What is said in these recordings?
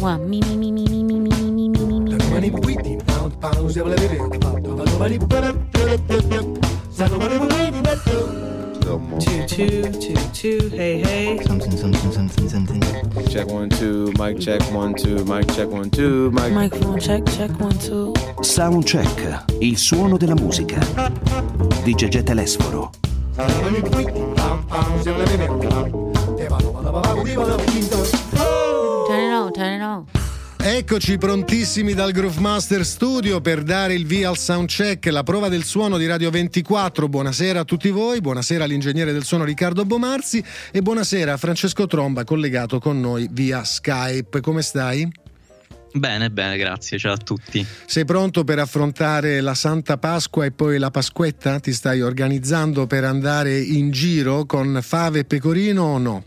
one. Me, me, me, me, me, me, me, me, me, me, me. Two, hey, hey. Something. Check 1 2, mic check 1 2, mic check 1 2, mic. Microphone check 1 2. Soundcheck, il suono della musica di Gegè Telesforo. Turn it on. Eccoci prontissimi dal Groove Master Studio per dare il via al soundcheck, la prova del suono di Radio 24. Buonasera a tutti voi, buonasera all'ingegnere del suono Riccardo Bomarzi e buonasera a Francesco Tromba collegato con noi via Skype. Come stai? Bene, grazie, ciao a tutti. Sei pronto per affrontare la Santa Pasqua e poi la Pasquetta? Ti stai organizzando per andare in giro con fave e pecorino o no?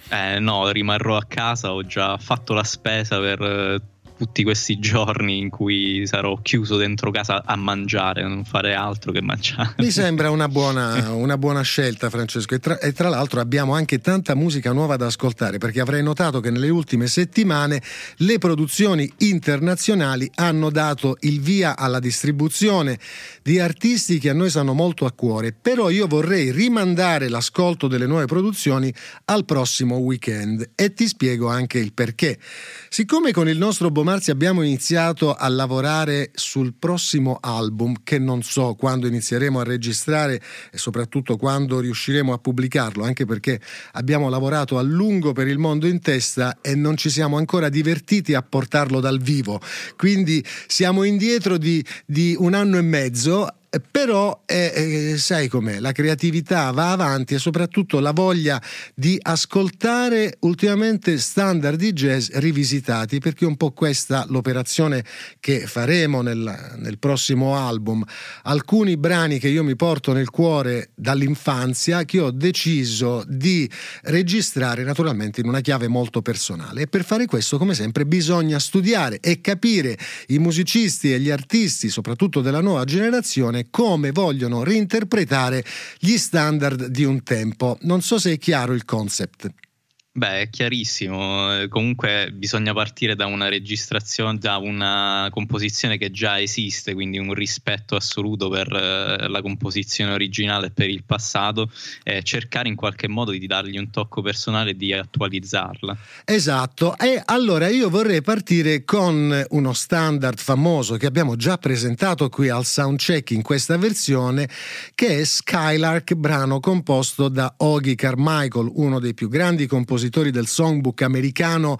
No, rimarrò a casa, ho già fatto la spesa per tutti questi giorni in cui sarò chiuso dentro casa a mangiare, non fare altro che mangiare. Mi sembra una buona scelta, Francesco, e tra l'altro abbiamo anche tanta musica nuova da ascoltare, perché avrei notato che nelle ultime settimane le produzioni internazionali hanno dato il via alla distribuzione di artisti che a noi stanno molto a cuore, però io vorrei rimandare l'ascolto delle nuove produzioni al prossimo weekend e ti spiego anche il perché. Siccome con il nostro Bomarzi abbiamo iniziato a lavorare sul prossimo album, che non so quando inizieremo a registrare e soprattutto quando riusciremo a pubblicarlo, anche perché abbiamo lavorato a lungo per il mondo in testa e non ci siamo ancora divertiti a portarlo dal vivo, quindi siamo indietro di 1 anno e mezzo. Però sai com'è, la creatività va avanti e soprattutto la voglia di ascoltare ultimamente standard di jazz rivisitati, perché è un po' questa l'operazione che faremo nel prossimo album. Alcuni brani che io mi porto nel cuore dall'infanzia, che ho deciso di registrare naturalmente in una chiave molto personale, e per fare questo come sempre bisogna studiare e capire i musicisti e gli artisti soprattutto della nuova generazione come vogliono reinterpretare gli standard di un tempo. Non so se è chiaro il concept. Beh, è chiarissimo. Comunque bisogna partire da una registrazione, da una composizione che già esiste, quindi un rispetto assoluto per la composizione originale e per il passato, e cercare in qualche modo di dargli un tocco personale e di attualizzarla. Esatto, e allora io vorrei partire con uno standard famoso che abbiamo già presentato qui al Soundcheck in questa versione, che è Skylark, brano composto da Ogie Carmichael, uno dei più grandi compositori del songbook americano,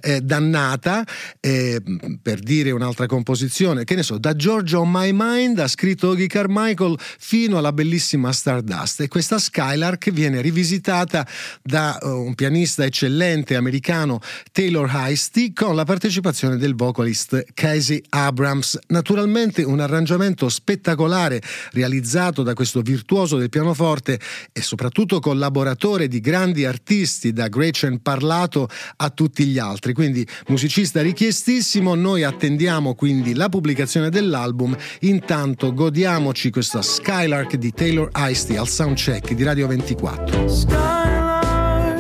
dannata, per dire un'altra composizione, che ne so, da Georgia on My Mind ha scritto Ogie Carmichael fino alla bellissima Stardust, e questa Skylark viene rivisitata da un pianista eccellente americano, Taylor Heisty, con la partecipazione del vocalist Casey Abrams. Naturalmente un arrangiamento spettacolare realizzato da questo virtuoso del pianoforte e soprattutto collaboratore di grandi artisti, da Gretchen Parlato a tutti gli altri, quindi musicista richiestissimo. Noi attendiamo quindi la pubblicazione dell'album, intanto godiamoci questa Skylark di Taylor Heisty al Soundcheck di Radio 24. Skylark,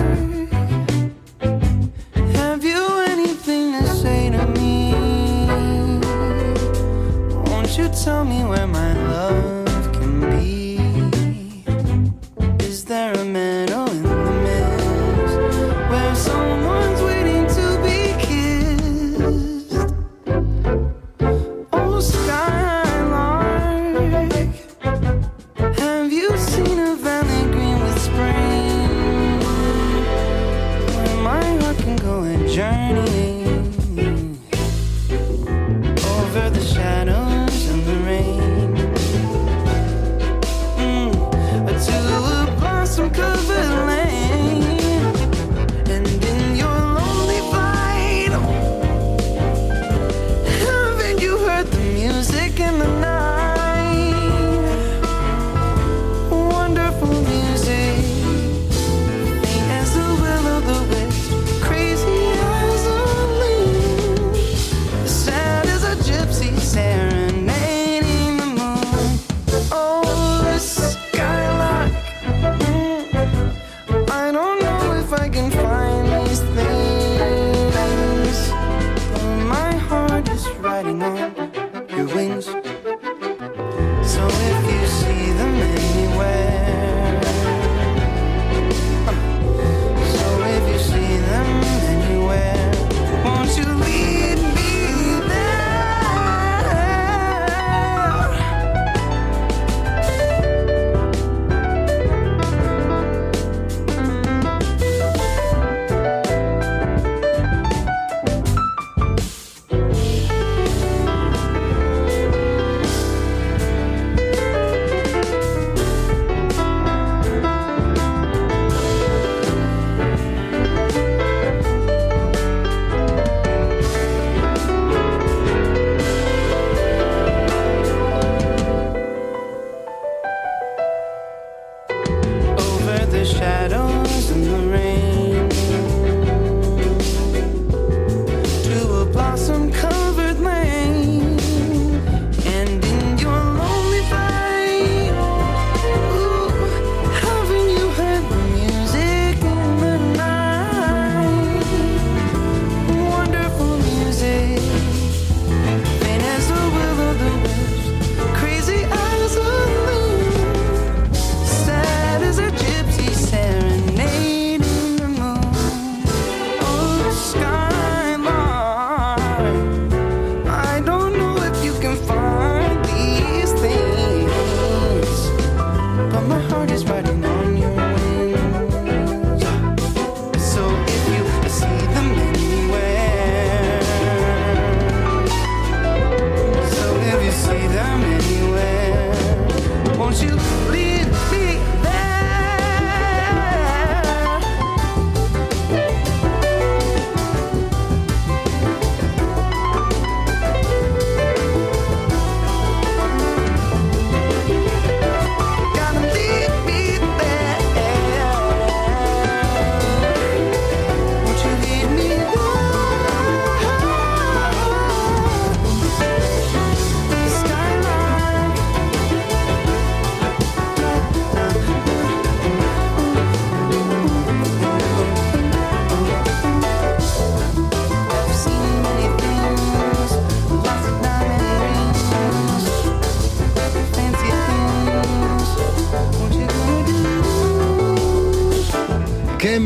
have you anything to say to me? Won't you tell me where my love can be? Is there a meadow in the mist where someone's waiting to be kissed? Oh, Skylark, have you seen a valley green with spring, where my heart can go a journeying over the shadows and the rain, to a blossom covered lane, and in your lonely flight, haven't you heard the music in the night? Wonderful music, faint as the will o' the wisp, crazy as a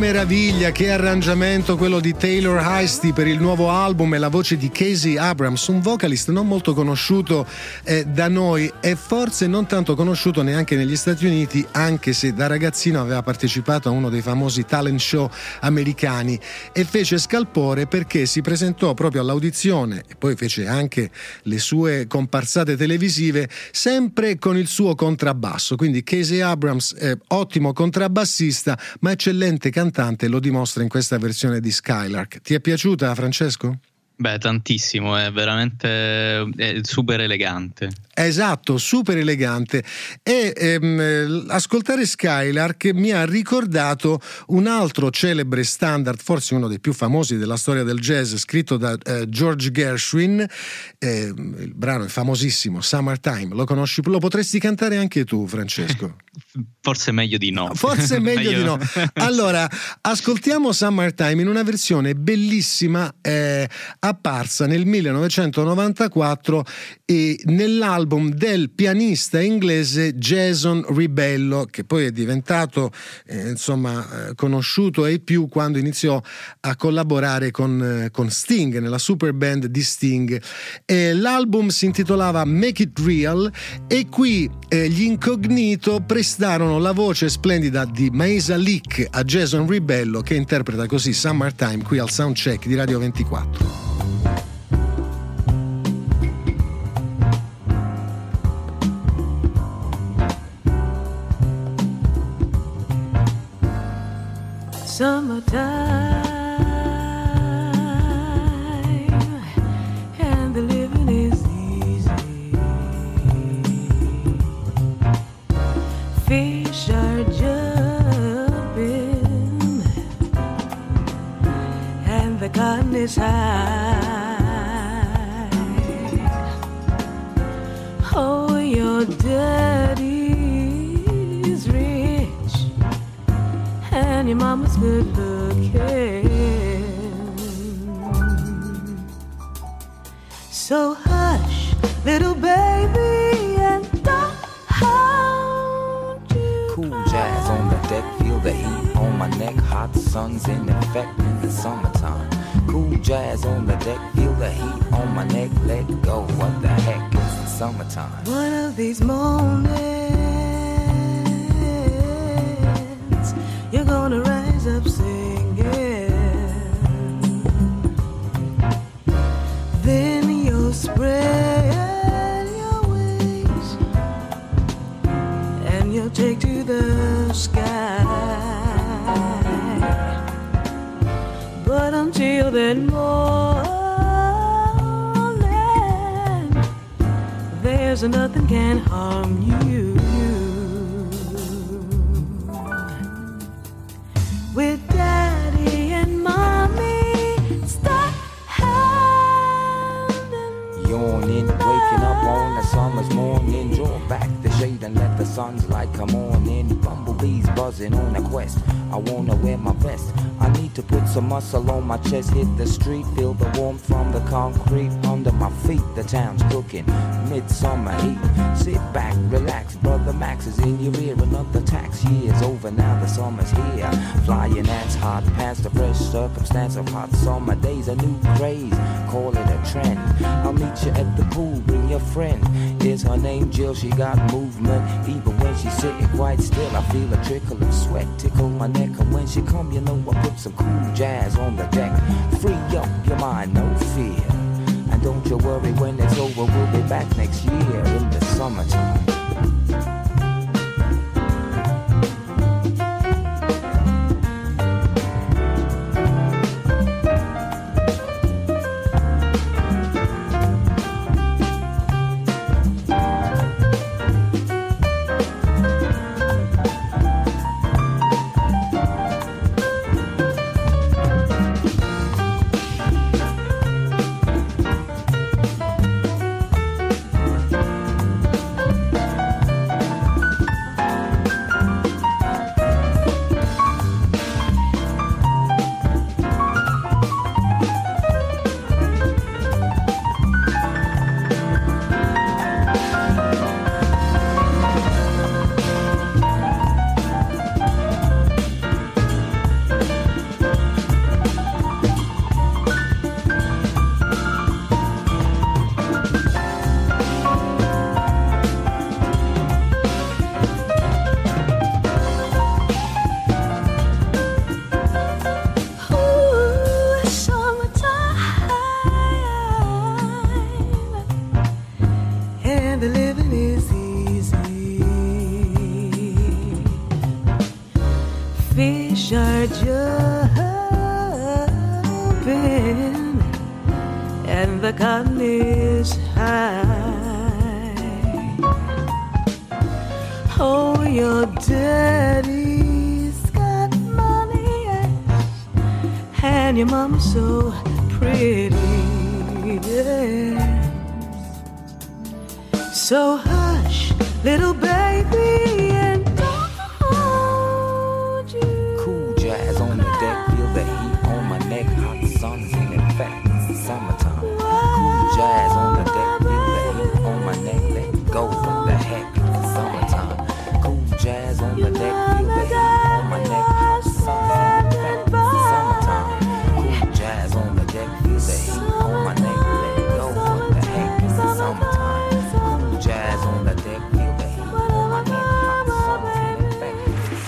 meraviglia, che arrangiamento quello di Taylor Heisty per il nuovo album, e la voce di Casey Abrams, un vocalist non molto conosciuto da noi e forse non tanto conosciuto neanche negli Stati Uniti, anche se da ragazzino aveva partecipato a uno dei famosi talent show americani e fece scalpore perché si presentò proprio all'audizione e poi fece anche le sue comparsate televisive sempre con il suo contrabbasso. Quindi Casey Abrams, ottimo contrabbassista ma eccellente cantante, lo dimostra in questa versione di Skylark. Ti è piaciuta, Francesco? Beh, tantissimo, è veramente super elegante. Esatto, super elegante. E ascoltare Skylark mi ha ricordato un altro celebre standard, forse uno dei più famosi della storia del jazz, scritto da George Gershwin. Il brano è famosissimo, Summertime. Lo conosci? Lo potresti cantare anche tu, Francesco? Forse meglio di no. Forse meglio di no. Allora, ascoltiamo Summertime in una versione bellissima, apparsa nel 1994 nell'album del pianista inglese Jason Ribello, che poi è diventato conosciuto ai più quando iniziò a collaborare con Sting nella super band di Sting. L'album si intitolava Make It Real e qui gli Incognito prestarono la voce splendida di Maisa Leak a Jason Ribello, che interpreta così Summertime qui al Soundcheck di Radio 24. Summertime and the living is easy. Fish are jumping and the cotton is high. Oh, your daddy's rich and your mama's good looking. So hush, little baby, and don't hold you. Cool jazz on the deck, feel the heat on my neck. Hot sun's in effect in the summertime. Cool jazz on the deck, feel the heat on my neck. Let go, what the heck, it's the summertime. One of these mornings you're gonna rise up singing. Then you'll spread your wings and you'll take to the sky. But until then morning, there's nothing can harm you. With daddy and mommy, start having Yawning, waking up on a summer's morning. Draw back the shade and let the sun's light come on in. Bumblebees buzzing on a quest. I wanna wear my vest. I need to put some muscle on my chest. Hit the street, feel the warmth from the concrete under my feet. The town's cooking, midsummer heat. Sit back, relax, brother Max is in your ear. Another tax year's over, now the summer's here. Flying ants hot past the fresh circumstance of hot summer days. A new craze, call it a trend. I'll meet you at the pool, bring your friend. Here's her name Jill, she got movement. Even when she's sitting quite still, I feel a trickle of sweat tickle my neck. And when she come, you know I put some cool jazz on the deck. Free up your mind, no fear. And don't you worry, when it's over, we'll be back next year in the summertime. and the cotton is high. Oh, your daddy's got money and your mama's so pretty, yeah. So hush, little baby, and don't hold you. Cool jazz on the deck, feel the heat on my neck. Hot sun's in effect, it's the summertime. Cool jazz on the deck, feel the heat on my neck. Let go, what the heck, it's the summertime. Cool jazz on the deck, feel the heat on my neck. Hot sun's in effect, it's the summertime. Cool jazz on the deck, feel the heat on my neck. Let go, what the heck, it's the summertime. Cool jazz on the deck, feel the heat on my neck. Hot sun's in effect, it's the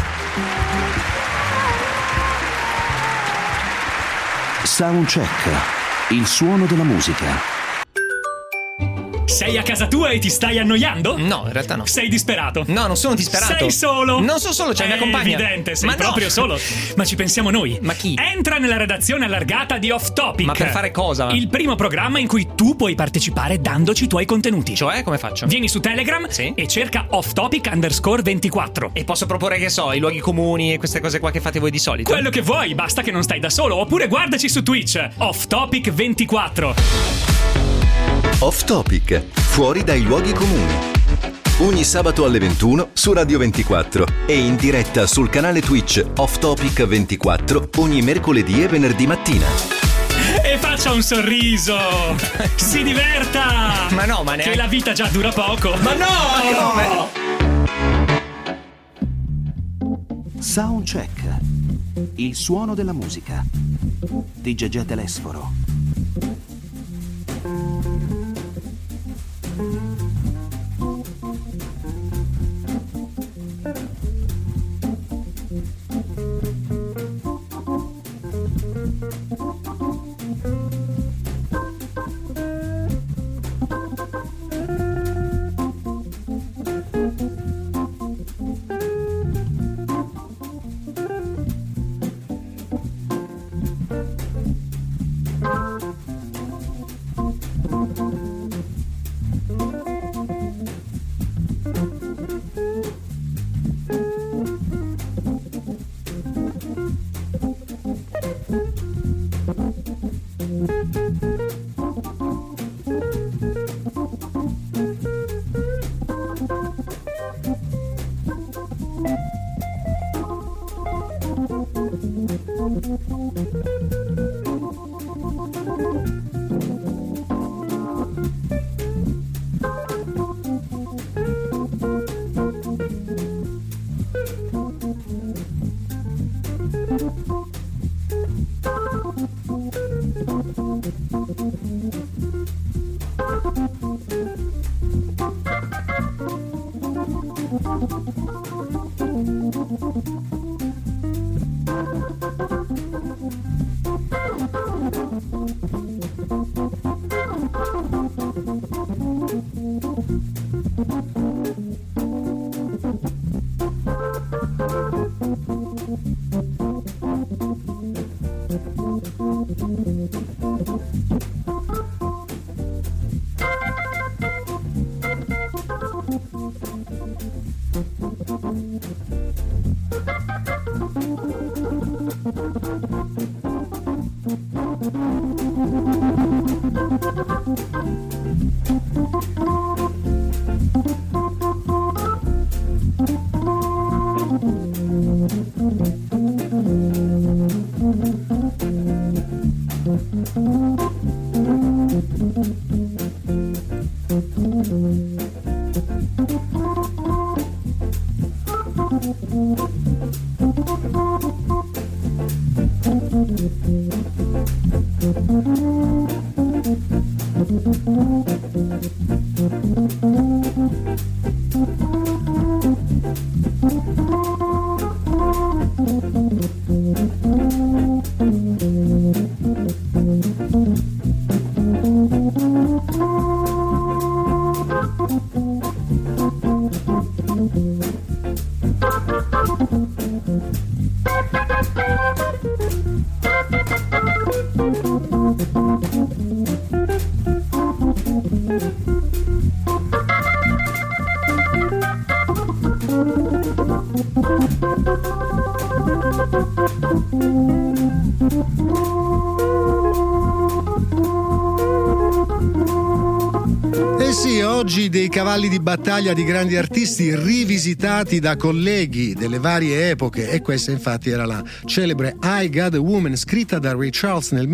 summertime. Soundcheck, il suono della musica. Sei a casa tua e ti stai annoiando? No, in realtà no. Sei disperato? No, non sono disperato. Sei solo? Non sono solo, c'è mia compagna. È evidente, sei Ma proprio no. solo. Ma ci pensiamo noi. Ma chi? Entra nella redazione allargata di Off Topic. Ma per fare cosa? Il primo programma in cui tu puoi partecipare dandoci i tuoi contenuti. Cioè, come faccio? Vieni su Telegram Sì. e cerca Off Topic _24. E posso proporre, che so, i luoghi comuni e queste cose qua che fate voi di solito? Quello che vuoi, basta che non stai da solo. Oppure guardaci su Twitch, Off Topic 24. Off Topic, fuori dai luoghi comuni. Ogni sabato alle 21 su Radio 24 e in diretta sul canale Twitch Off Topic 24 ogni mercoledì e venerdì mattina. E faccia un sorriso. Si diverta. Ma no, ma neanche. Che la vita già dura poco. Ma no, ma come? Soundcheck, il suono della musica. Di Gegè Telesforo. Sì, oggi dei cavalli di battaglia di grandi artisti rivisitati da colleghi delle varie epoche, e questa infatti era la celebre I Got a Woman, scritta da Ray Charles nel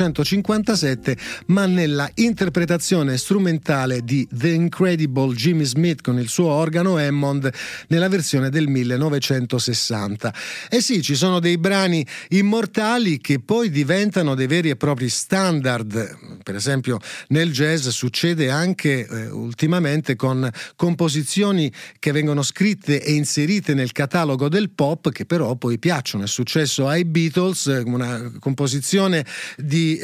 1957, ma nella interpretazione strumentale di The Incredible Jimmy Smith con il suo organo Hammond nella versione del 1960. E sì, ci sono dei brani immortali che poi diventano dei veri e propri standard. Per esempio nel jazz succede anche ultimamente con composizioni che vengono scritte e inserite nel catalogo del pop, che però poi piacciono. È successo ai Beatles, una composizione di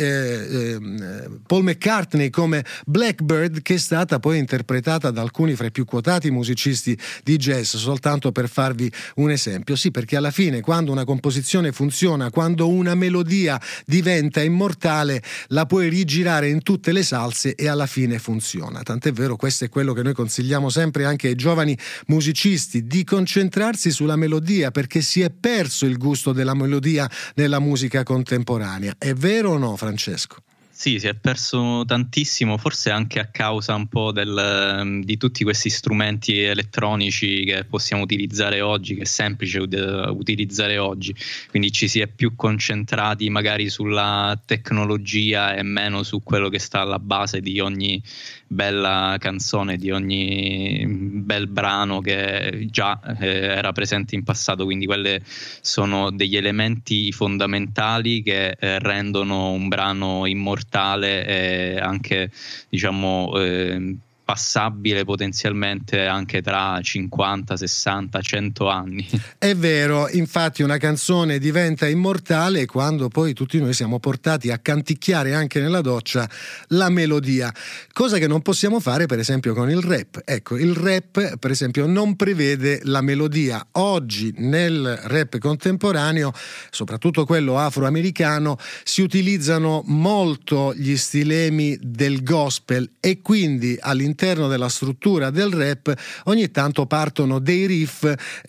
Paul McCartney come Blackbird, che è stata poi interpretata da alcuni fra i più quotati musicisti di jazz, soltanto per farvi un esempio. Sì, perché alla fine, quando una composizione funziona, quando una melodia diventa immortale, la puoi rigirare in tutte le salse e alla fine funziona. Tant'è vero, questo è quello che noi consigliamo sempre anche ai giovani musicisti, di concentrarsi sulla melodia, perché si è perso il gusto della melodia nella musica contemporanea. È vero o no, Francesco? Sì, si è perso tantissimo, forse anche a causa un po' di tutti questi strumenti elettronici che possiamo utilizzare oggi, che è semplice utilizzare oggi, quindi ci si è più concentrati magari sulla tecnologia e meno su quello che sta alla base di ogni bella canzone, di ogni bel brano che già era presente in passato. Quindi quelle sono degli elementi fondamentali che rendono un brano immortale e anche, diciamo, passabile potenzialmente anche tra 50, 60, 100 anni. È vero, infatti una canzone diventa immortale quando poi tutti noi siamo portati a canticchiare anche nella doccia la melodia, cosa che non possiamo fare per esempio con il rap. Ecco, il rap per esempio non prevede la melodia. Oggi nel rap contemporaneo, soprattutto quello afroamericano, si utilizzano molto gli stilemi del gospel, e quindi all'interno della struttura del rap ogni tanto partono dei riff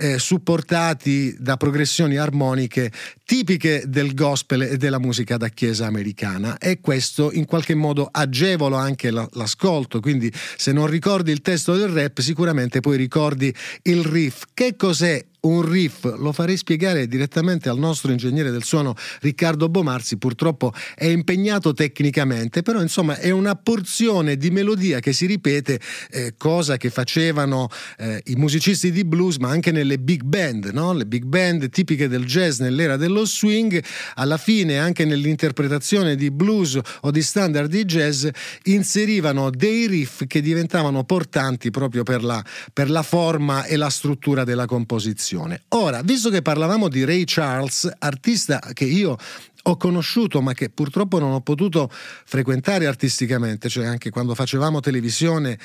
supportati da progressioni armoniche tipiche del gospel e della musica da chiesa americana, e questo in qualche modo agevola anche l'ascolto. Quindi se non ricordi il testo del rap, sicuramente poi ricordi il riff. Che cos'è un riff? Lo farei spiegare direttamente al nostro ingegnere del suono Riccardo Bomarzi, purtroppo è impegnato tecnicamente, però insomma è una porzione di melodia che si ripete, cosa che facevano i musicisti di blues, ma anche nelle big band, no? Le big band tipiche del jazz nell'era dello swing. Alla fine anche nell'interpretazione di blues o di standard di jazz inserivano dei riff che diventavano portanti proprio per la forma e la struttura della composizione. Ora, visto che parlavamo di Ray Charles, artista che io ho conosciuto ma che purtroppo non ho potuto frequentare artisticamente, cioè anche quando facevamo televisione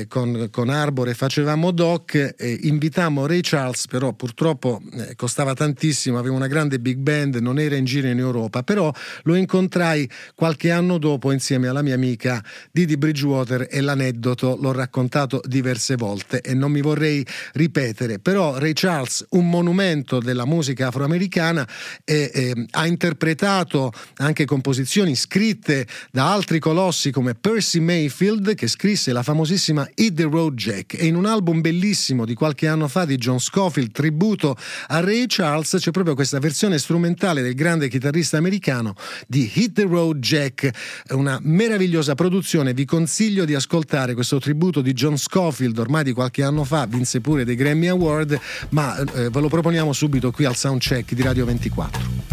con Arbore, facevamo doc, invitammo Ray Charles, però purtroppo costava tantissimo, aveva una grande big band, non era in giro in Europa, però lo incontrai qualche anno dopo insieme alla mia amica Didi Bridgewater, e l'aneddoto l'ho raccontato diverse volte e non mi vorrei ripetere. Però Ray Charles, un monumento della musica afroamericana, ha interpretato anche composizioni scritte da altri colossi come Percy Mayfield, che scrisse la famosissima Hit the Road Jack, e in un album bellissimo di qualche anno fa di John Scofield, tributo a Ray Charles, c'è proprio questa versione strumentale del grande chitarrista americano di Hit the Road Jack, una meravigliosa produzione. Vi consiglio di ascoltare questo tributo di John Scofield, ormai di qualche anno fa, vinse pure dei Grammy Award, ma ve lo proponiamo subito qui al Soundcheck di Radio 24.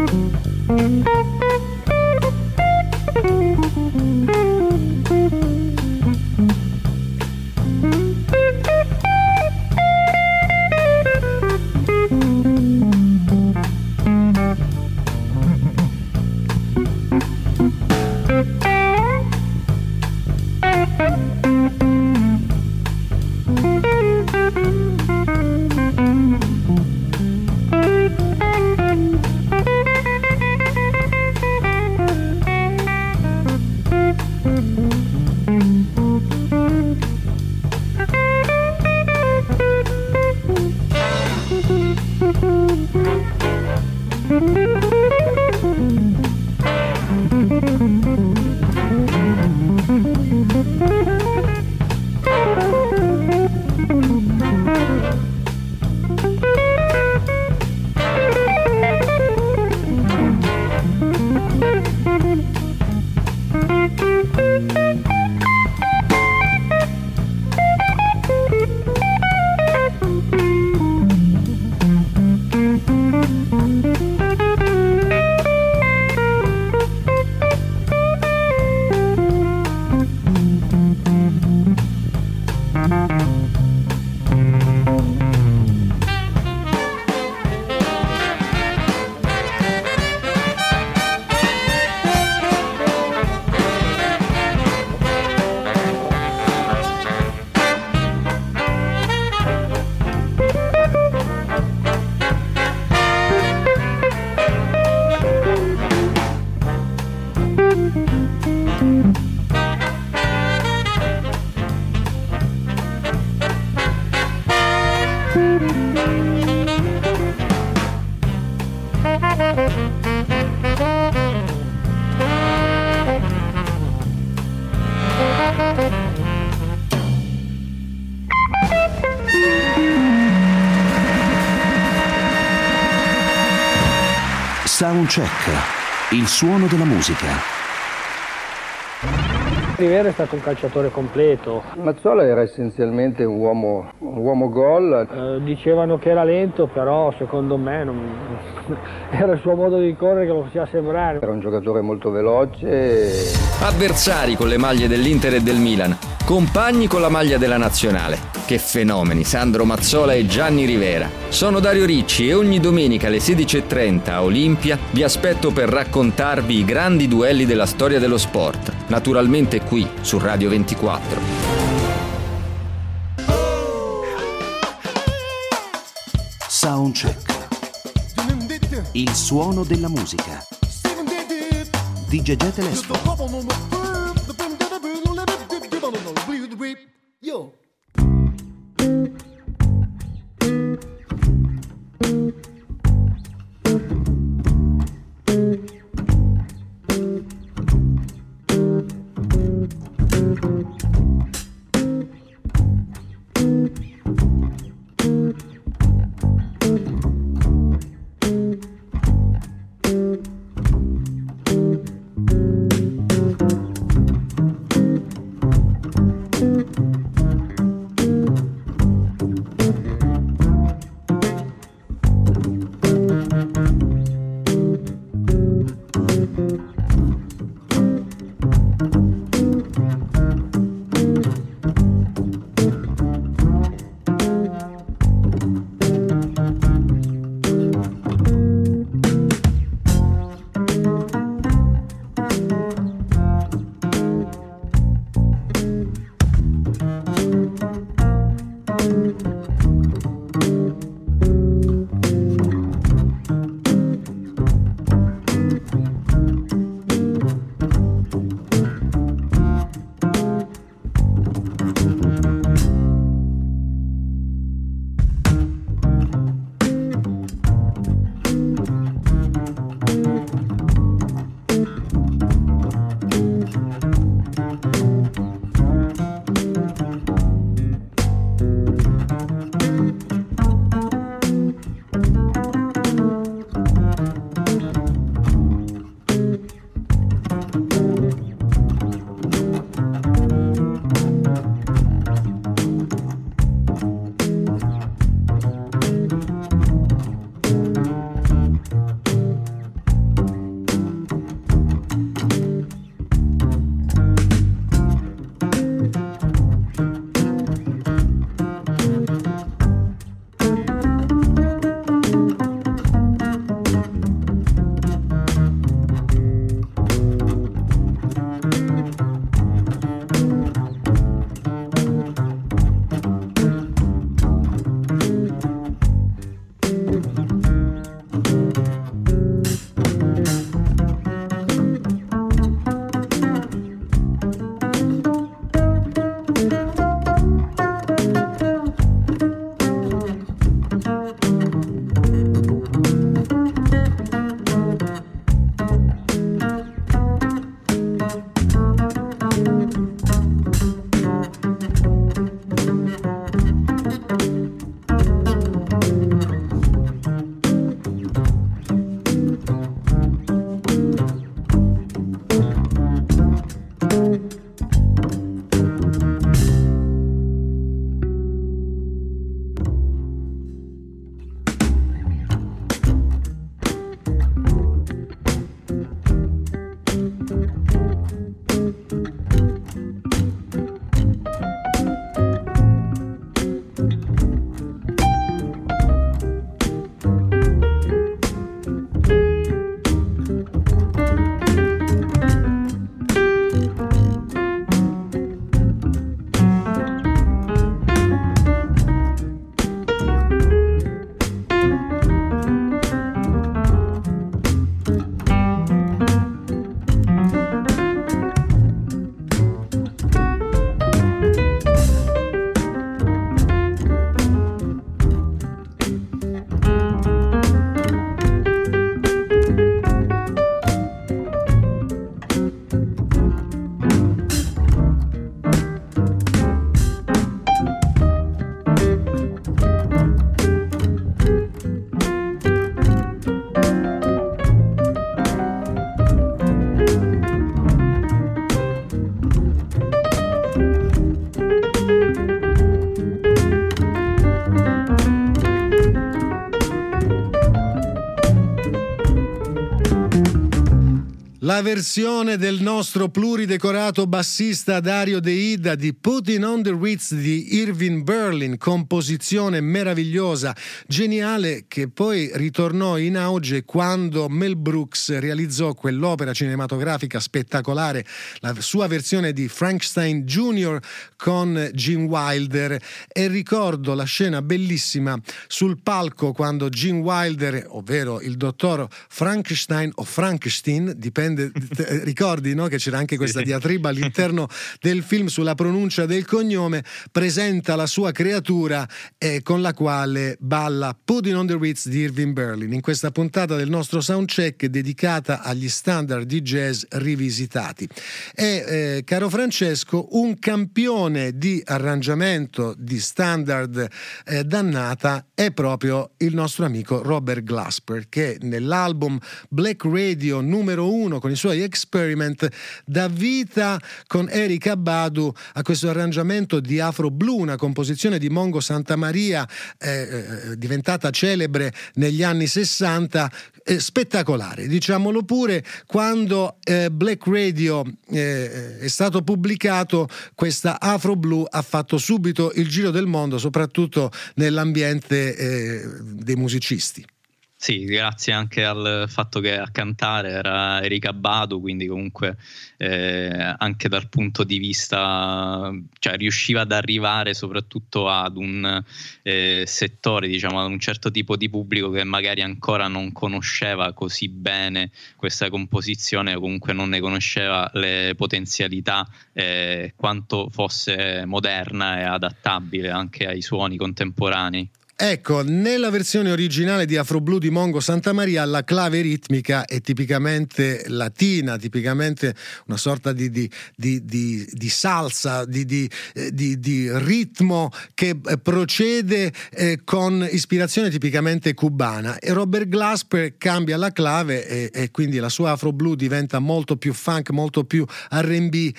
Soundcheck, il suono della musica. Rivera è stato un calciatore completo. Mazzola era essenzialmente un uomo gol. Dicevano che era lento, però secondo me era il suo modo di correre che lo faceva sembrare. Era un giocatore molto veloce. Avversari con le maglie dell'Inter e del Milan, compagni con la maglia della Nazionale. Che fenomeni, Sandro Mazzola e Gianni Rivera. Sono Dario Ricci e ogni domenica alle 16:30 a Olimpia vi aspetto per raccontarvi i grandi duelli della storia dello sport. Naturalmente qui su Radio 24. Soundcheck, il suono della musica. di Gegè Telesforo. Yo. La versione del nostro pluridecorato bassista Dario De Ida di Putting on the Ritz di Irving Berlin, composizione meravigliosa, geniale, che poi ritornò in auge quando Mel Brooks realizzò quell'opera cinematografica spettacolare, la sua versione di Frankenstein Jr. con Gene Wilder, e ricordo la scena bellissima sul palco quando Gene Wilder, ovvero il dottor Frankenstein o Frankenstein, dipende, ricordi, no? Che c'era anche questa diatriba all'interno del film sulla pronuncia del cognome, presenta la sua creatura con la quale balla Putting on the Ritz di Irving Berlin in questa puntata del nostro soundcheck dedicata agli standard di jazz rivisitati. E caro Francesco, un campione di arrangiamento di standard dannata è proprio il nostro amico Robert Glasper, che nell'album Black Radio numero 1 con i suoi Experiment dà vita con Erykah Badu a questo arrangiamento di Afro Blue, una composizione di Mongo Santamaria diventata celebre negli anni 60, spettacolare, diciamolo pure. Quando Black Radio è stato pubblicato, questa Afro Blue ha fatto subito il giro del mondo, soprattutto nell'ambiente dei musicisti. Sì, grazie anche al fatto che a cantare era Erykah Badu, quindi comunque anche dal punto di vista, cioè riusciva ad arrivare soprattutto ad un settore, diciamo, ad un certo tipo di pubblico che magari ancora non conosceva così bene questa composizione, o comunque non ne conosceva le potenzialità, quanto fosse moderna e adattabile anche ai suoni contemporanei. Ecco, nella versione originale di Afro Blue di Mongo Santamaria la clave ritmica è tipicamente latina, tipicamente una sorta di salsa, di ritmo che procede con ispirazione tipicamente cubana, e Robert Glasper cambia la clave e quindi la sua Afro Blue diventa molto più funk, molto più R&B,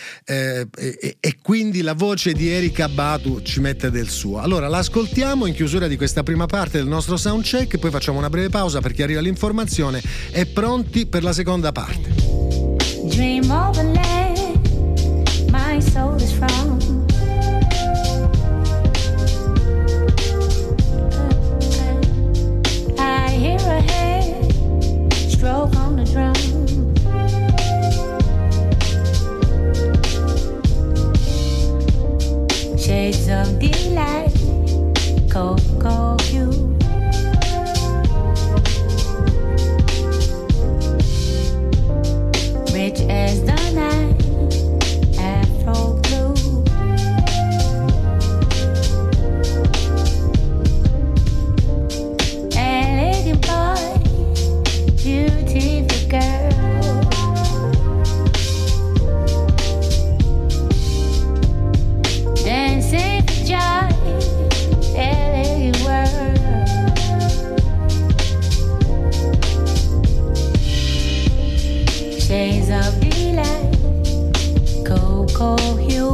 e quindi la voce di Erykah Badu ci mette del suo. Allora l'ascoltiamo in chiusura di questa prima parte del nostro soundcheck, poi facciamo una breve pausa perché arriva l'informazione e pronti per la seconda parte. Dream of a land my soul is from. I hear a hand stroke on the drum. Shades of delight, cocoa hue. Rich as the night, Afro blue. Elegant boy, beautiful girl. Dancing for joy, elegant world. Shades of delight, cocoa hue.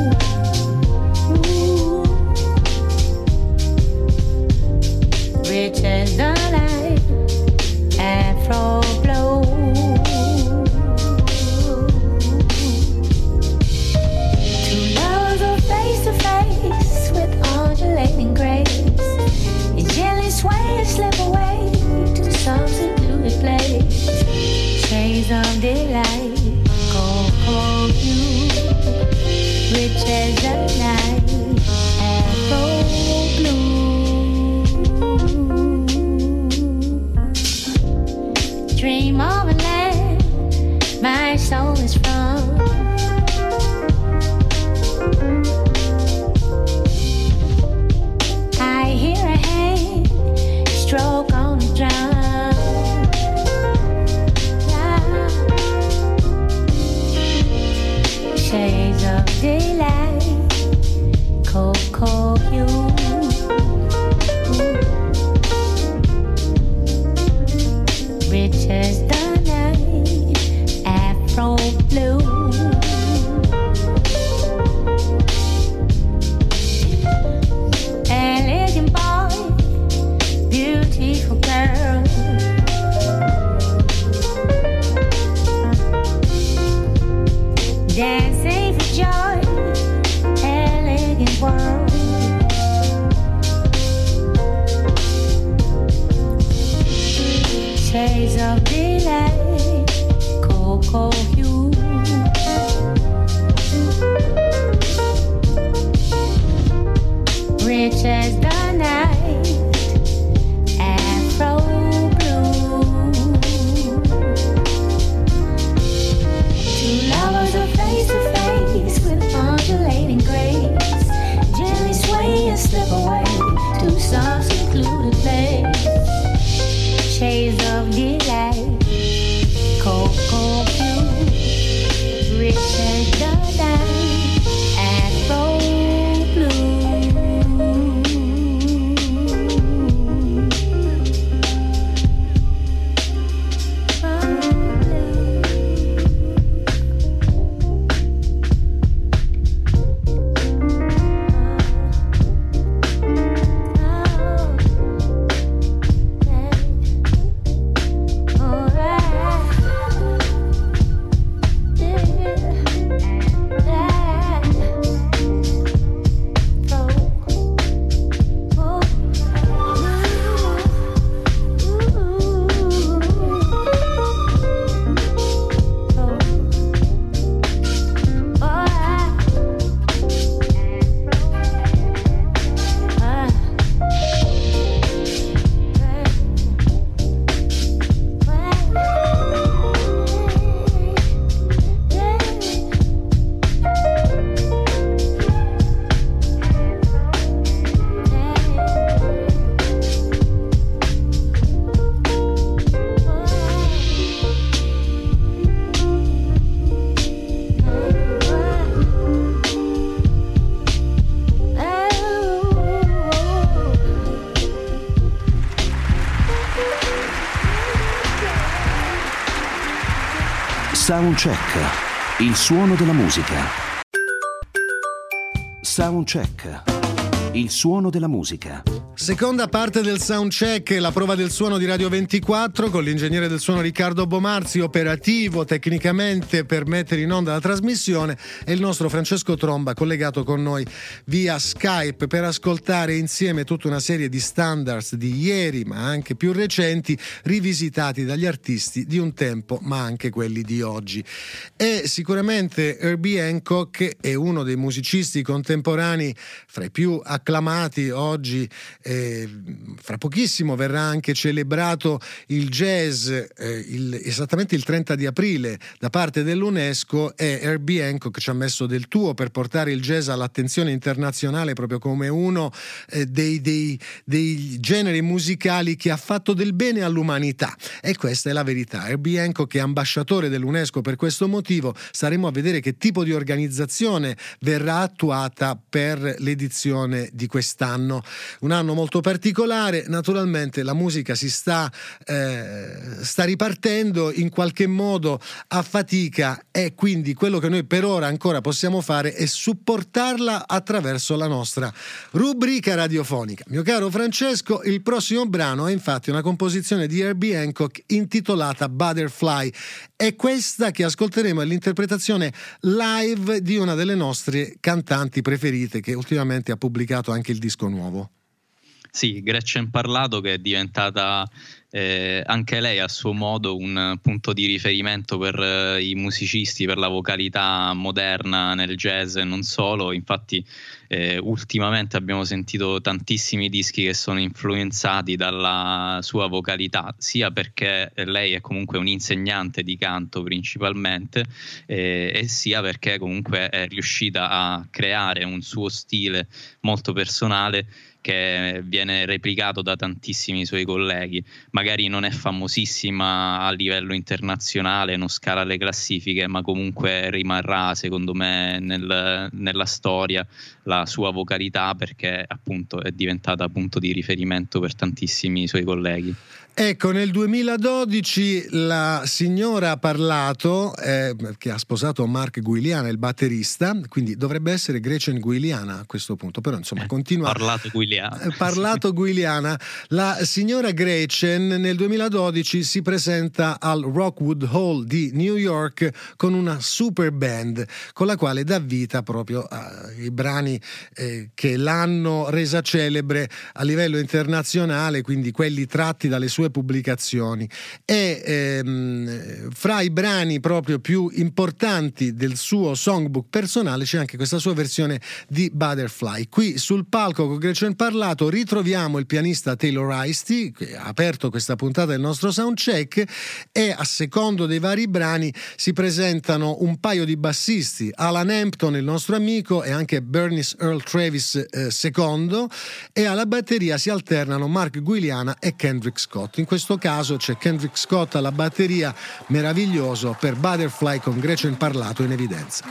Ooh. Rich as the night, Afro blow. Two lovers are face to face with undulating grace. You gently sway and slip away to some secluded place. Shades of delight, cocoa hue. Rich as the night, Afro blue. Dream of a land my soul is from. I hear a hand stroke on the drum. Shades of delight, cocoa hue. Rich as the night, Afro blue. Elegant boy, beautiful girl. Soundcheck, il suono della musica. Soundcheck, il suono della musica. Seconda parte del soundcheck, la prova del suono di Radio 24 con l'ingegnere del suono Riccardo Bomarzi, operativo tecnicamente per mettere in onda la trasmissione, e il nostro Francesco Tromba collegato con noi via Skype per ascoltare insieme tutta una serie di standards di ieri ma anche più recenti, rivisitati dagli artisti di un tempo ma anche quelli di oggi. E sicuramente Herbie Hancock è uno dei musicisti contemporanei fra i più acclamati oggi. Fra pochissimo verrà anche celebrato il jazz esattamente il 30 di aprile da parte dell'UNESCO, e Herbie Hancock ci ha messo del tuo per portare il jazz all'attenzione internazionale proprio come uno dei generi musicali che ha fatto del bene all'umanità, e questa è la verità. Herbie Hancock è ambasciatore dell'UNESCO per questo motivo. Staremo a vedere che tipo di organizzazione verrà attuata per l'edizione di quest'anno, un anno molto particolare. Naturalmente la musica si sta ripartendo in qualche modo a fatica, e quindi quello che noi per ora ancora possiamo fare è supportarla attraverso la nostra rubrica radiofonica. Mio caro Francesco, il prossimo brano è infatti una composizione di Herbie Hancock intitolata Butterfly. È questa che ascolteremo, è l'interpretazione live di una delle nostre cantanti preferite, che ultimamente ha pubblicato anche il disco nuovo. Sì, Gretchen Parlato, che è diventata anche lei a suo modo un punto di riferimento per i musicisti, per la vocalità moderna nel jazz e non solo. Infatti ultimamente abbiamo sentito tantissimi dischi che sono influenzati dalla sua vocalità, sia perché lei è comunque un'insegnante di canto principalmente, e sia perché comunque è riuscita a creare un suo stile molto personale che viene replicato da tantissimi suoi colleghi. Magari non è famosissima a livello internazionale, non scala le classifiche, ma comunque rimarrà secondo me nella storia la sua vocalità, perché appunto è diventata punto di riferimento per tantissimi suoi colleghi. Ecco, nel 2012 la signora Parlato, che ha sposato Mark Guiliana, il batterista, quindi dovrebbe essere Gretchen Guiliana a questo punto, però insomma continua. Parlato Guiliana. La signora Gretchen nel 2012 si presenta al Rockwood Hall di New York con una super band con la quale dà vita proprio ai brani che l'hanno resa celebre a livello internazionale, quindi quelli tratti dalle sue pubblicazioni, e fra i brani proprio più importanti del suo songbook personale c'è anche questa sua versione di Butterfly. Qui sul palco con Gretchen Parlato ritroviamo il pianista Taylor Heisty, che ha aperto questa puntata del nostro soundcheck, e a secondo dei vari brani si presentano un paio di bassisti, Alan Hampton, il nostro amico, e anche Bernice Earl Travis II, e alla batteria si alternano Mark Guiliana e Kendrick Scott. In questo caso c'è Kendrick Scott alla batteria, meraviglioso per Butterfly con Gretchen Parlato in evidenza.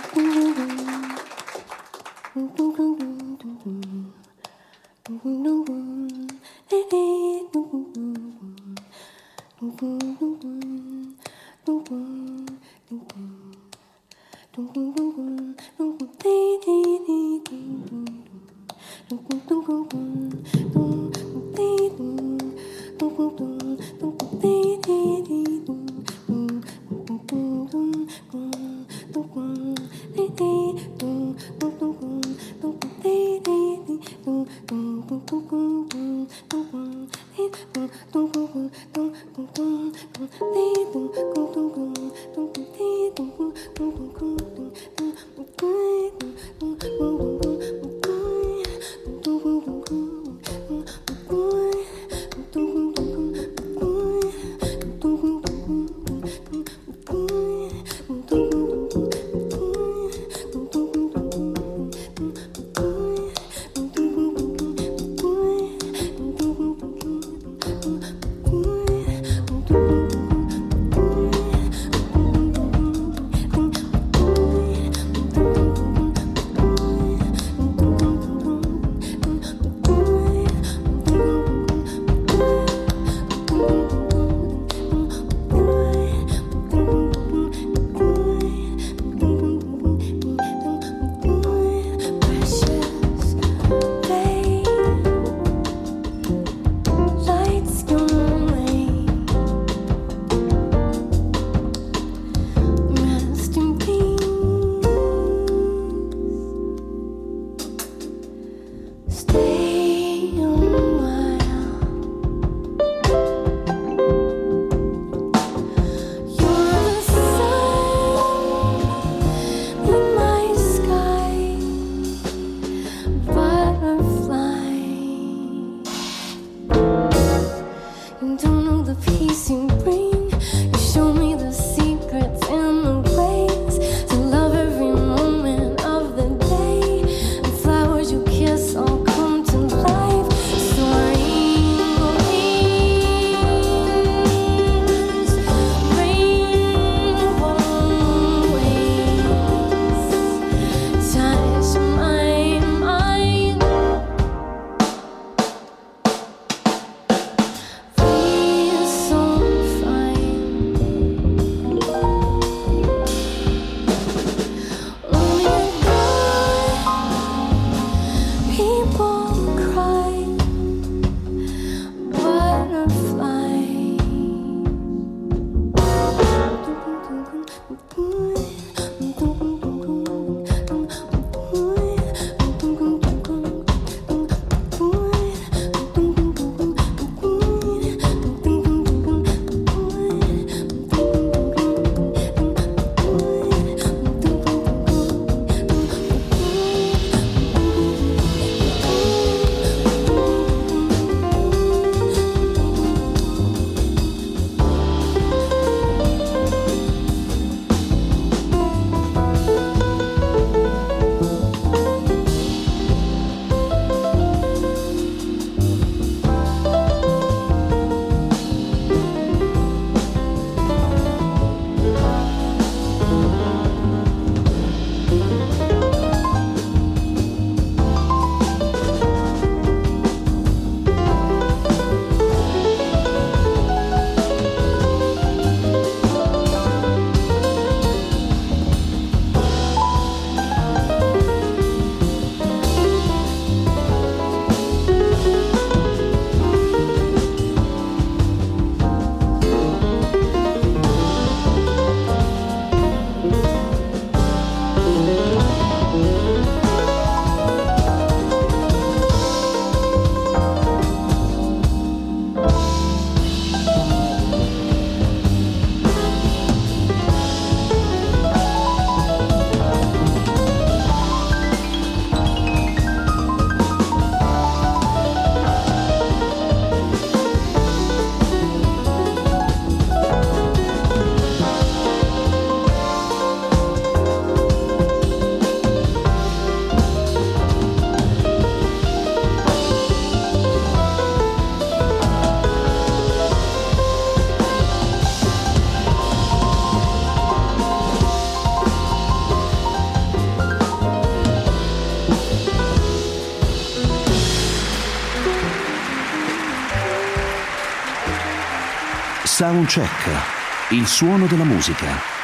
Soundcheck, il suono della musica.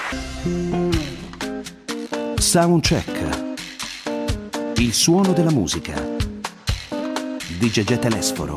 Soundcheck, il suono della musica. Di Gegè Telesforo.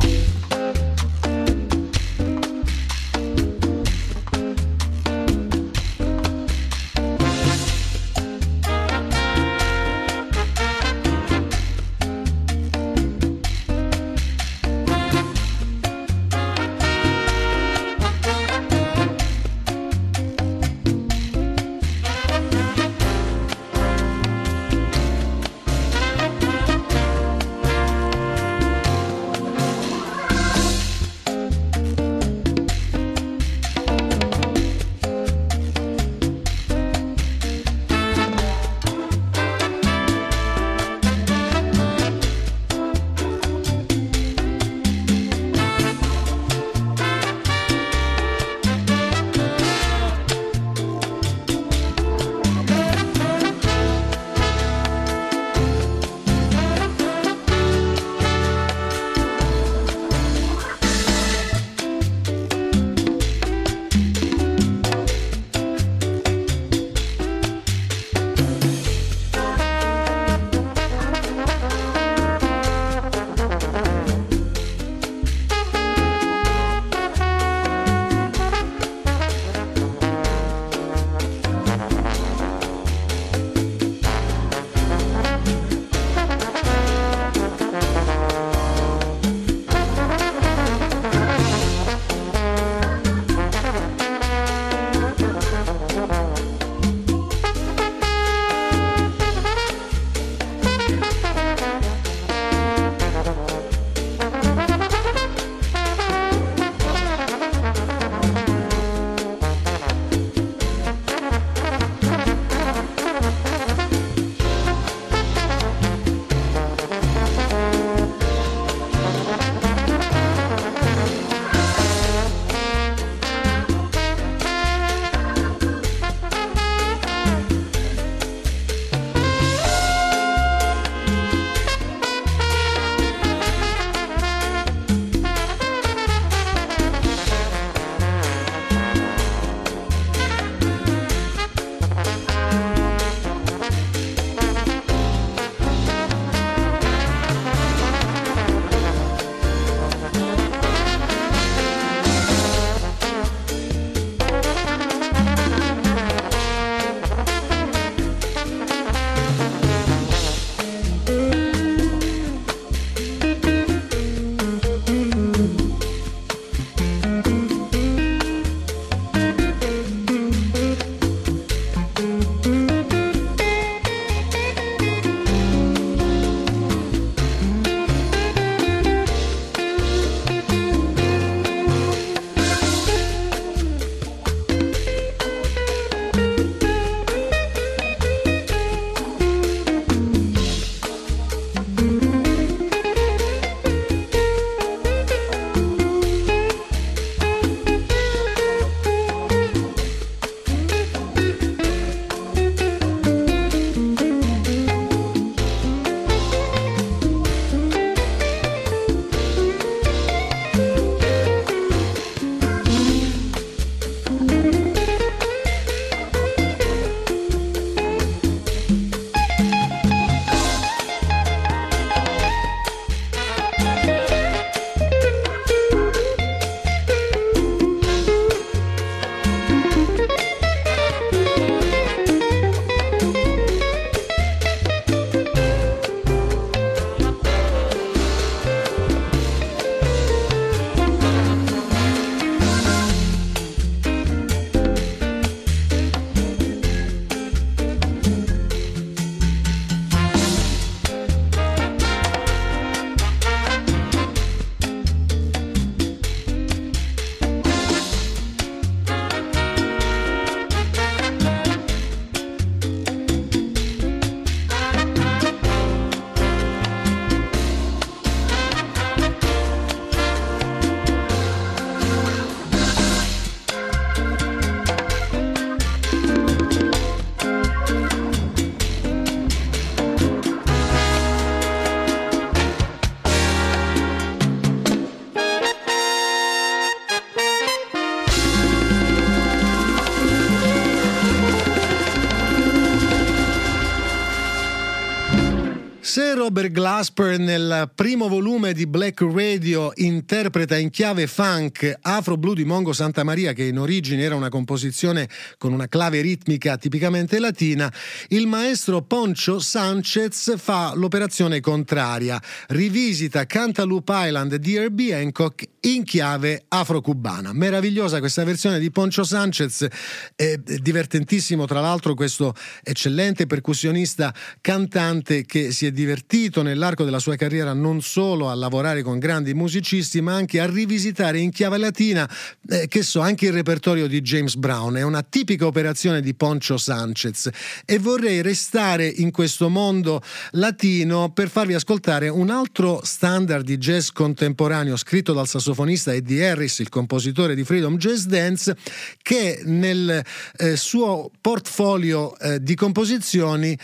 Se Robert Glasper nel primo volume di Black Radio interpreta in chiave funk Afro Blue di Mongo Santamaria, che in origine era una composizione con una clave ritmica tipicamente latina, il maestro Poncho Sanchez fa l'operazione contraria, rivisita Cantaloupe Island di Herbie Hancock in chiave afro-cubana. Meravigliosa questa versione di Poncho Sanchez, è divertentissimo tra l'altro questo eccellente percussionista cantante che si è divertito nell'arco della sua carriera non solo a lavorare con grandi musicisti ma anche a rivisitare in chiave latina anche il repertorio di James Brown. È una tipica operazione di Poncho Sanchez e vorrei restare in questo mondo latino per farvi ascoltare un altro standard di jazz contemporaneo scritto dal sassofonista Eddie Harris, il compositore di Freedom Jazz Dance, che nel suo portfolio di composizioni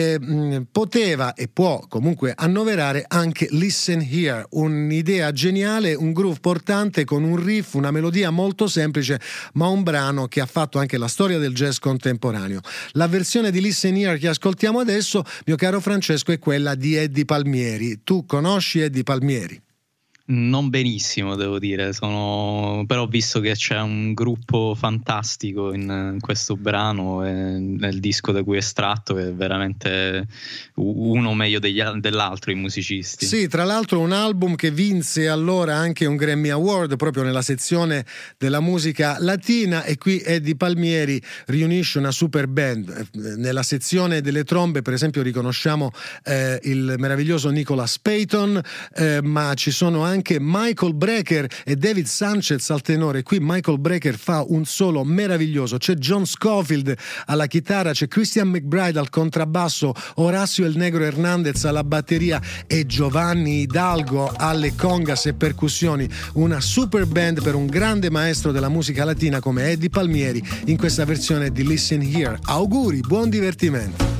poteva e può comunque annoverare anche Listen Here, un'idea geniale, un groove portante con un riff, una melodia molto semplice, ma un brano che ha fatto anche la storia del jazz contemporaneo. La versione di Listen Here che ascoltiamo adesso, mio caro Francesco, è quella di Eddie Palmieri. Tu conosci Eddie Palmieri? Non benissimo, devo dire, però ho visto che c'è un gruppo fantastico in questo brano e nel disco da cui è estratto, che è veramente uno meglio dell'altro i musicisti. Sì, tra l'altro un album che vinse allora anche un Grammy Award proprio nella sezione della musica latina, e qui Eddie Palmieri riunisce una super band. Nella sezione delle trombe per esempio riconosciamo il meraviglioso Nicholas Payton, ma ci sono anche Michael Brecker e David Sanchez al tenore. Qui Michael Brecker fa un solo meraviglioso, c'è John Scofield alla chitarra, c'è Christian McBride al contrabbasso, Horacio El Negro Hernandez alla batteria e Giovanni Hidalgo alle congas e percussioni. Una super band per un grande maestro della musica latina come Eddie Palmieri in questa versione di Listen Here. Auguri, buon divertimento.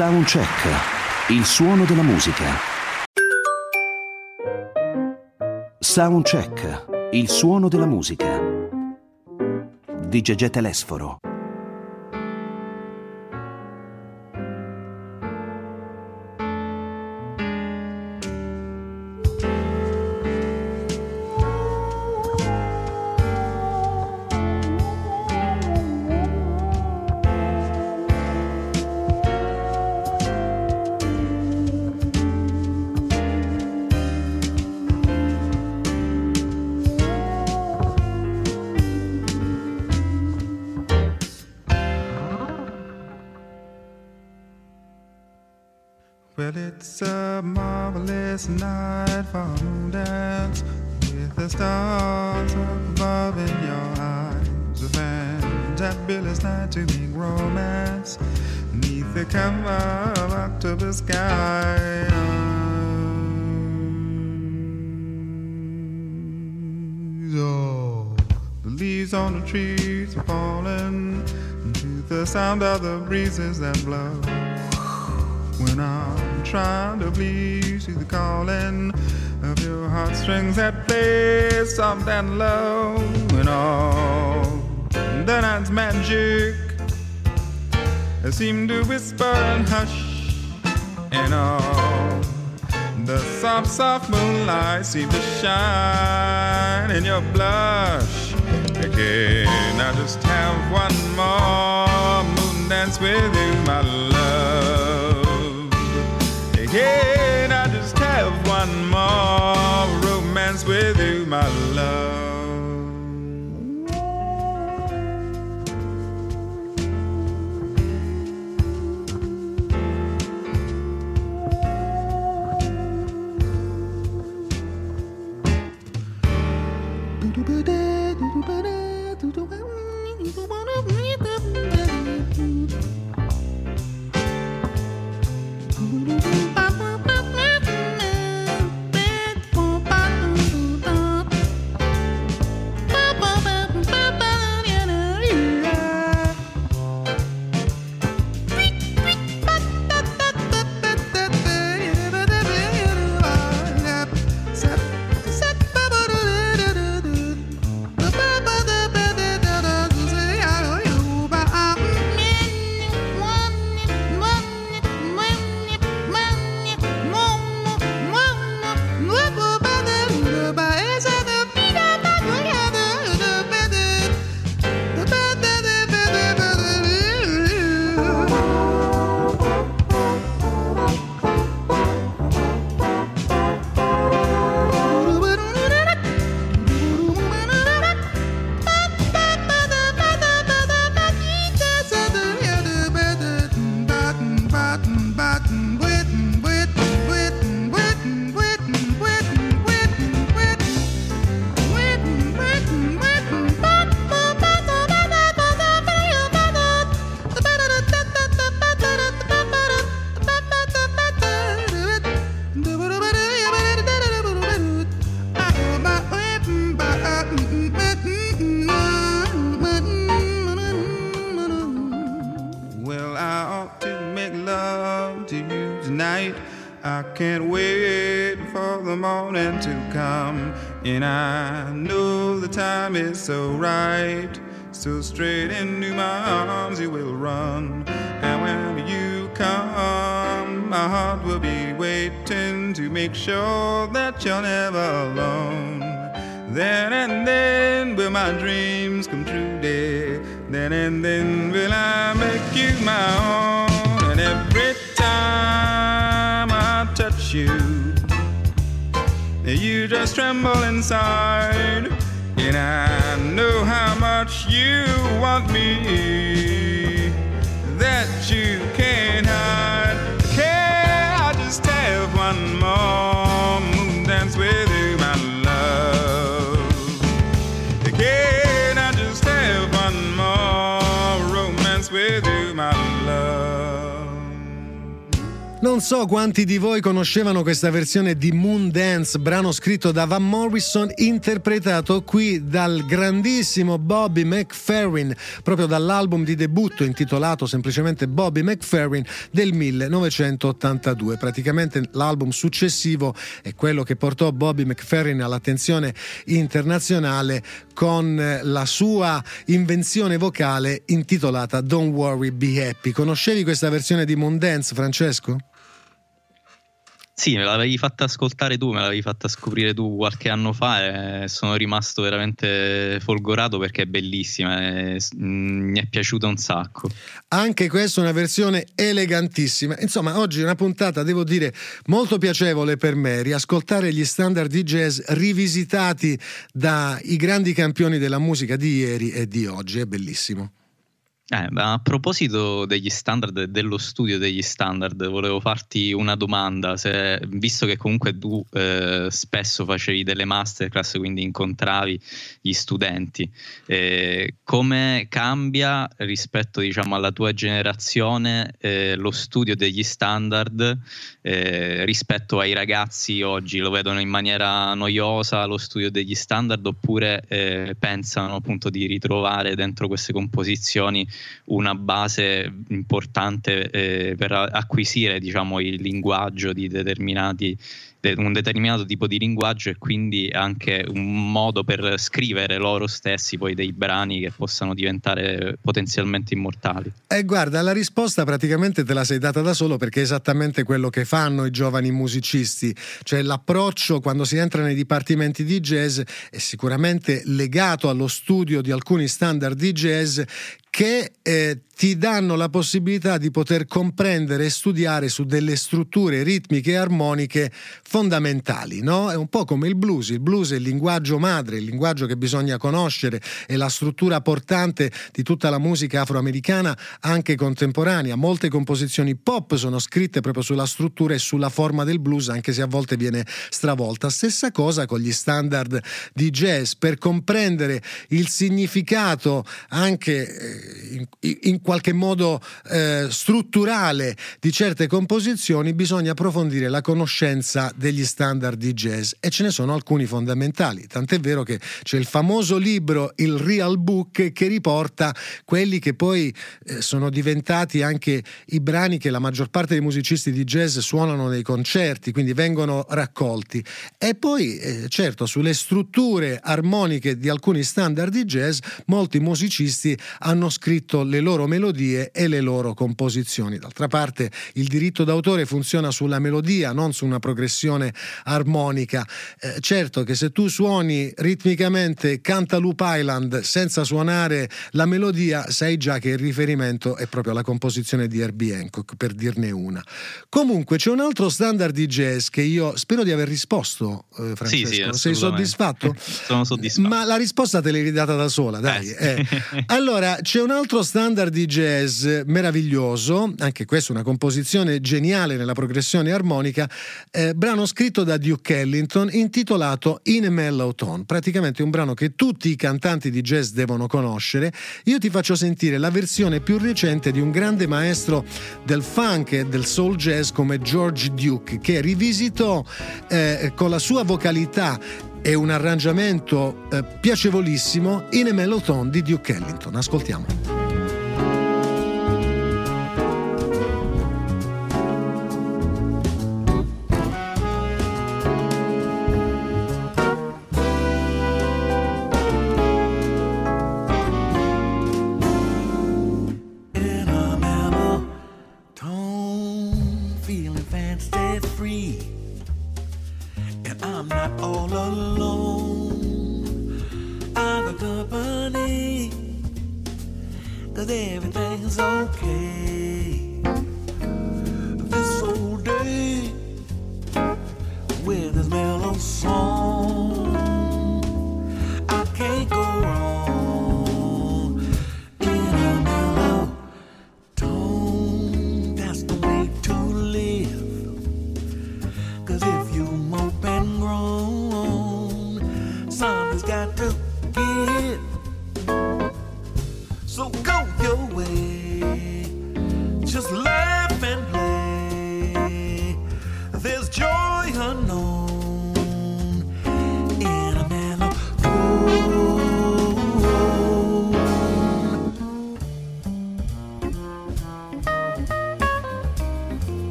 Soundcheck, il suono della musica. Soundcheck, il suono della musica. Di Gegè Telesforo. Well, it's a marvelous night for a moon dance with the stars up above in your eyes. A fantabulous night to make romance neath the cover of October sky. Oh, the leaves on the trees are falling to the sound of the breezes that blow. When I'm trying to please you, the calling of your heartstrings that play soft and low. When all the night's magic seem to whisper and hush, and all the soft, soft moonlight seem to shine in your blush. Can I just have one more moon dance with you, my love? Can I just have one more romance with you, my love? And I know the time is so right, so straight into my arms you will run. And when you come, my heart will be waiting to make sure that you're never alone. Then and then will my dreams come true, dear. Then and then will I make you my own. And every time I touch you, you just tremble inside, and I know how much you want me, that you can't hide. Can I just have one more moon dance with you, my love? Can I just have one more romance with you, my love? Non so quanti di voi conoscevano questa versione di Moon Dance, brano scritto da Van Morrison, interpretato qui dal grandissimo Bobby McFerrin, proprio dall'album di debutto intitolato semplicemente Bobby McFerrin del 1982. Praticamente l'album successivo è quello che portò Bobby McFerrin all'attenzione internazionale con la sua invenzione vocale intitolata Don't Worry Be Happy. Conoscevi questa versione di Moon Dance, Francesco? Sì, me l'avevi fatta ascoltare tu, me l'avevi fatta scoprire tu qualche anno fa e sono rimasto veramente folgorato perché è bellissima e mi è piaciuta un sacco. Anche questa è una versione elegantissima. Insomma, oggi è una puntata, devo dire, molto piacevole per me, riascoltare gli standard di jazz rivisitati dai grandi campioni della musica di ieri e di oggi, è bellissimo. A proposito degli standard e dello studio degli standard, volevo farti una domanda, visto che comunque tu spesso facevi delle masterclass, quindi incontravi gli studenti, come cambia rispetto, diciamo, alla tua generazione lo studio degli standard rispetto ai ragazzi oggi? Lo vedono in maniera noiosa lo studio degli standard, oppure pensano appunto di ritrovare dentro queste composizioni una base importante per acquisire, diciamo, il linguaggio di un determinato tipo di linguaggio, e quindi anche un modo per scrivere loro stessi poi dei brani che possano diventare potenzialmente immortali? Guarda, la risposta praticamente te la sei data da solo, perché è esattamente quello che fanno i giovani musicisti, cioè l'approccio quando si entra nei dipartimenti di jazz è sicuramente legato allo studio di alcuni standard di jazz che ti danno la possibilità di poter comprendere e studiare su delle strutture ritmiche e armoniche fondamentali, no? È un po' come il blues è il linguaggio madre, il linguaggio che bisogna conoscere, è la struttura portante di tutta la musica afroamericana anche contemporanea. Molte composizioni pop sono scritte proprio sulla struttura e sulla forma del blues, anche se a volte viene stravolta. Stessa cosa con gli standard di jazz. Per comprendere il significato anche in qualche modo strutturale di certe composizioni bisogna approfondire la conoscenza degli standard di jazz, e ce ne sono alcuni fondamentali, tant'è vero che c'è il famoso libro, il Real Book, che riporta quelli che poi sono diventati anche i brani che la maggior parte dei musicisti di jazz suonano nei concerti, quindi vengono raccolti. E poi certo, sulle strutture armoniche di alcuni standard di jazz molti musicisti hanno scritto le loro melodie e le loro composizioni. D'altra parte il diritto d'autore funziona sulla melodia, non su una progressione armonica. Certo che se tu suoni ritmicamente Cantaloupe Island senza suonare la melodia, sai già che il riferimento è proprio alla composizione di Herbie Hancock, per dirne una. Comunque c'è un altro standard di jazz che io spero di aver risposto, Francesco. Sì, sei soddisfatto? Sono soddisfatto. Ma la risposta te l'hai ridata da sola, dai. Allora, c'è un altro standard di jazz meraviglioso, anche questa una composizione geniale nella progressione armonica, brano scritto da Duke Ellington intitolato In a Mellow Tone, praticamente un brano che tutti i cantanti di jazz devono conoscere. Io ti faccio sentire la versione più recente di un grande maestro del funk e del soul jazz come George Duke, che rivisitò con la sua vocalità e un arrangiamento piacevolissimo In a Mellow Tone di Duke Ellington. Ascoltiamo. Just laugh and play.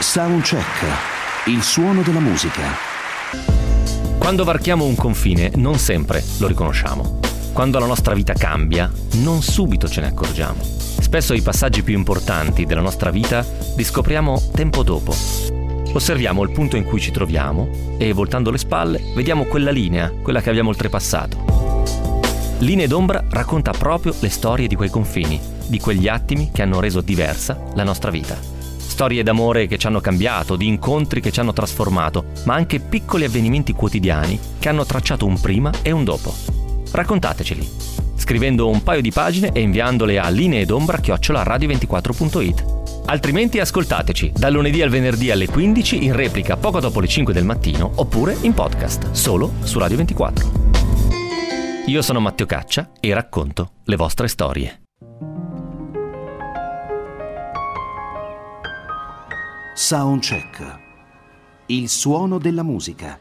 Soundcheck, il suono della musica. Quando varchiamo un confine, non sempre lo riconosciamo. Quando la nostra vita cambia, non subito ce ne accorgiamo. Spesso i passaggi più importanti della nostra vita li scopriamo tempo dopo. Osserviamo il punto in cui ci troviamo e, voltando le spalle, vediamo quella linea, quella che abbiamo oltrepassato. Linee d'ombra racconta proprio le storie di quei confini, di quegli attimi che hanno reso diversa la nostra vita. Storie d'amore che ci hanno cambiato, di incontri che ci hanno trasformato, ma anche piccoli avvenimenti quotidiani che hanno tracciato un prima e un dopo. Raccontateceli, scrivendo un paio di pagine e inviandole a lineedombra@radio24.it. Altrimenti ascoltateci dal lunedì al venerdì alle 15 in replica poco dopo le 5 del mattino oppure in podcast solo su Radio 24. Io sono Matteo Caccia e racconto le vostre storie. Soundcheck, il suono della musica.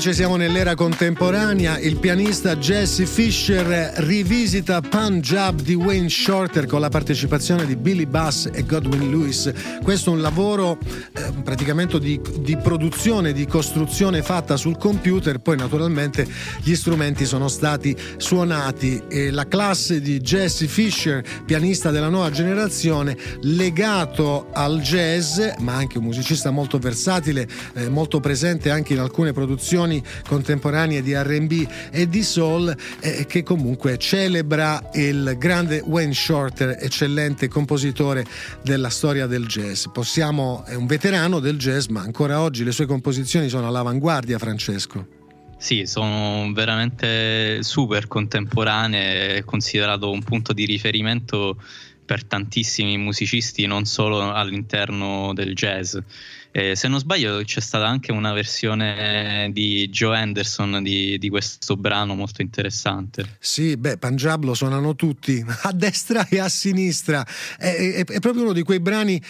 invece siamo nell'era contemporanea. Il pianista Jesse Fisher rivisita Punjab di Wayne Shorter con la partecipazione di Billy Bass e Godwin Lewis. Questo è un lavoro praticamente di produzione, di costruzione fatta sul computer, poi naturalmente gli strumenti sono stati suonati. E la classe di Jesse Fisher, pianista della nuova generazione, legato al jazz, ma anche un musicista molto versatile, molto presente anche in alcune produzioni contemporanee di R&B e di soul, che comunque celebra il grande Wayne Shorter, eccellente compositore della storia del jazz. È un veterano del jazz, ma ancora oggi le sue composizioni sono all'avanguardia, Francesco. Sì, sono veramente super contemporanee, è considerato un punto di riferimento per tantissimi musicisti, non solo all'interno del jazz. Se non sbaglio c'è stata anche una versione di Joe Henderson di questo brano molto interessante. Sì, Punjab lo suonano tutti, a destra e a sinistra. È proprio uno di quei brani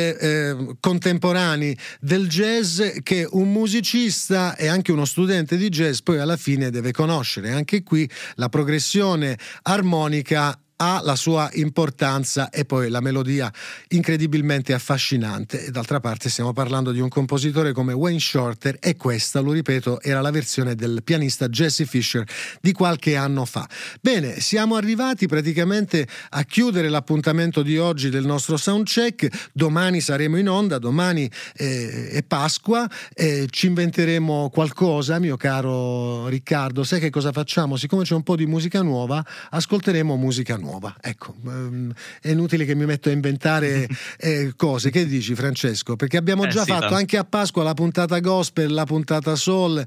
contemporanei del jazz che un musicista e anche uno studente di jazz poi alla fine deve conoscere. Anche qui la progressione armonica ha la sua importanza e poi la melodia incredibilmente affascinante. E d'altra parte stiamo parlando di un compositore come Wayne Shorter, e questa, lo ripeto, era la versione del pianista Jesse Fisher di qualche anno fa. Bene, siamo arrivati praticamente a chiudere l'appuntamento di oggi del nostro soundcheck. Domani saremo in onda, domani è Pasqua, ci inventeremo qualcosa, mio caro Riccardo. Sai che cosa facciamo? Siccome c'è un po' di musica nuova, ascolteremo musica nuova. Ecco, è inutile che mi metto a inventare cose. Che dici, Francesco? Perché abbiamo già fatto anche a Pasqua la puntata gospel, la puntata soul,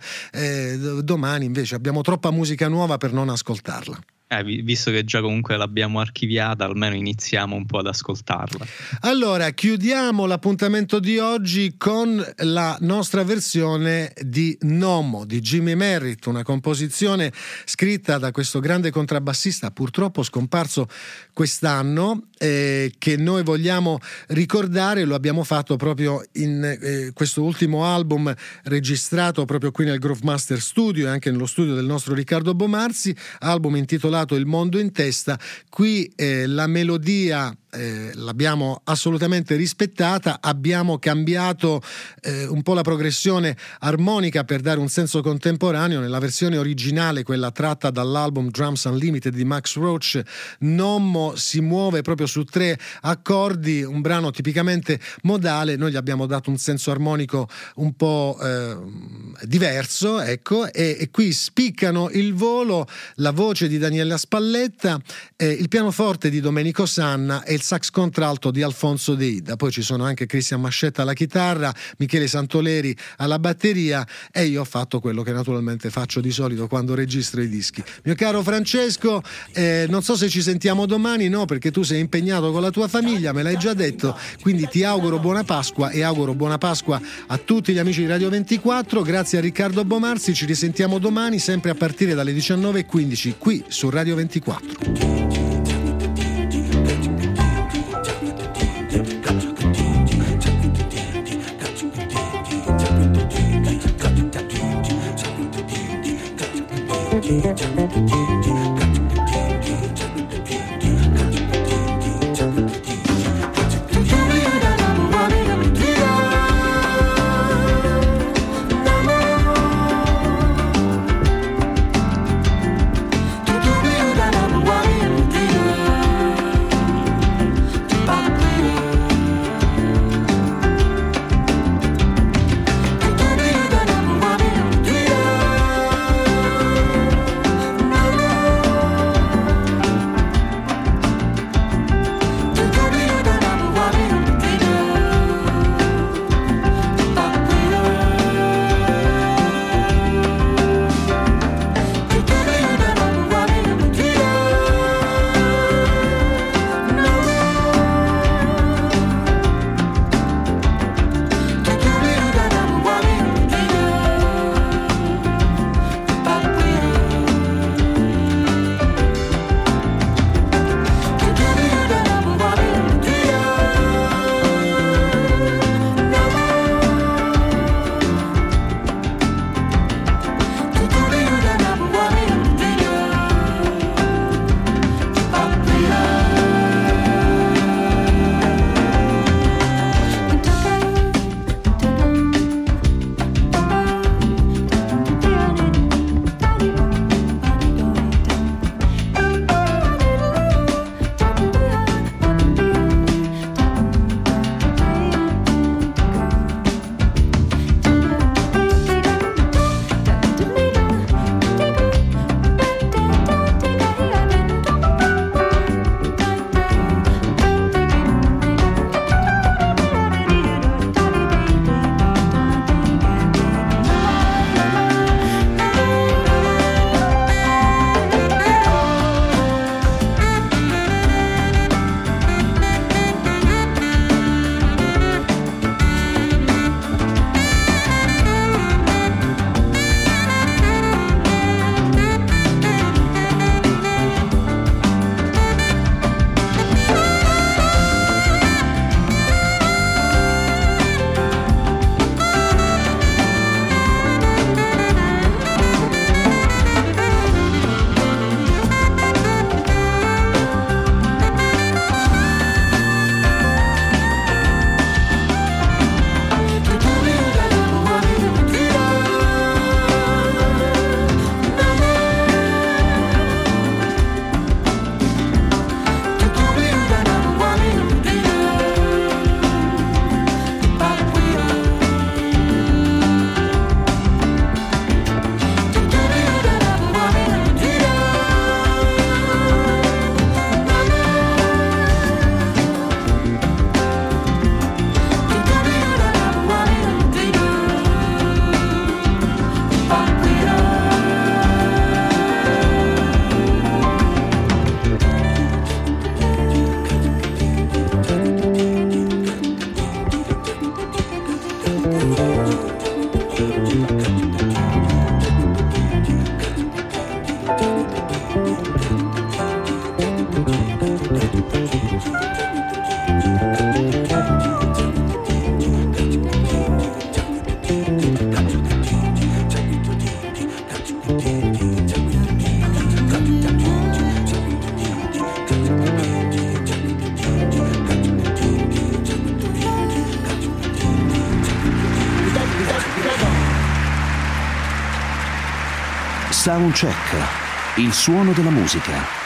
domani invece abbiamo troppa musica nuova per non ascoltarla. Visto che già comunque l'abbiamo archiviata, almeno iniziamo un po' ad ascoltarla. Allora, chiudiamo l'appuntamento di oggi con la nostra versione di Nomo di Jimmy Merritt, una composizione scritta da questo grande contrabbassista, purtroppo scomparso quest'anno, che noi vogliamo ricordare. Lo abbiamo fatto proprio in questo ultimo album registrato proprio qui nel Groove Master Studio e anche nello studio del nostro Riccardo Bomarzi, album intitolato Il mondo in testa. Qui la melodia l'abbiamo assolutamente rispettata, abbiamo cambiato un po' la progressione armonica per dare un senso contemporaneo. Nella versione originale, quella tratta dall'album Drums Unlimited di Max Roach, Nommo si muove proprio su 3 accordi, un brano tipicamente modale. Noi gli abbiamo dato un senso armonico un po' diverso, ecco, e qui spiccano il volo la voce di Daniela Spalletta, il pianoforte di Domenico Sanna e il sax contralto di Alfonso De Ida. Poi ci sono anche Cristian Mascetta alla chitarra, Michele Santoleri alla batteria, e io ho fatto quello che naturalmente faccio di solito quando registro i dischi. Mio caro Francesco, non so se ci sentiamo domani, no, perché tu sei impegnato con la tua famiglia, me l'hai già detto, quindi ti auguro buona Pasqua e auguro buona Pasqua a tutti gli amici di Radio 24. Grazie a Riccardo Bomarzi, ci risentiamo domani sempre a partire dalle 19:15 qui su Radio 24. Soundcheck, il suono della musica.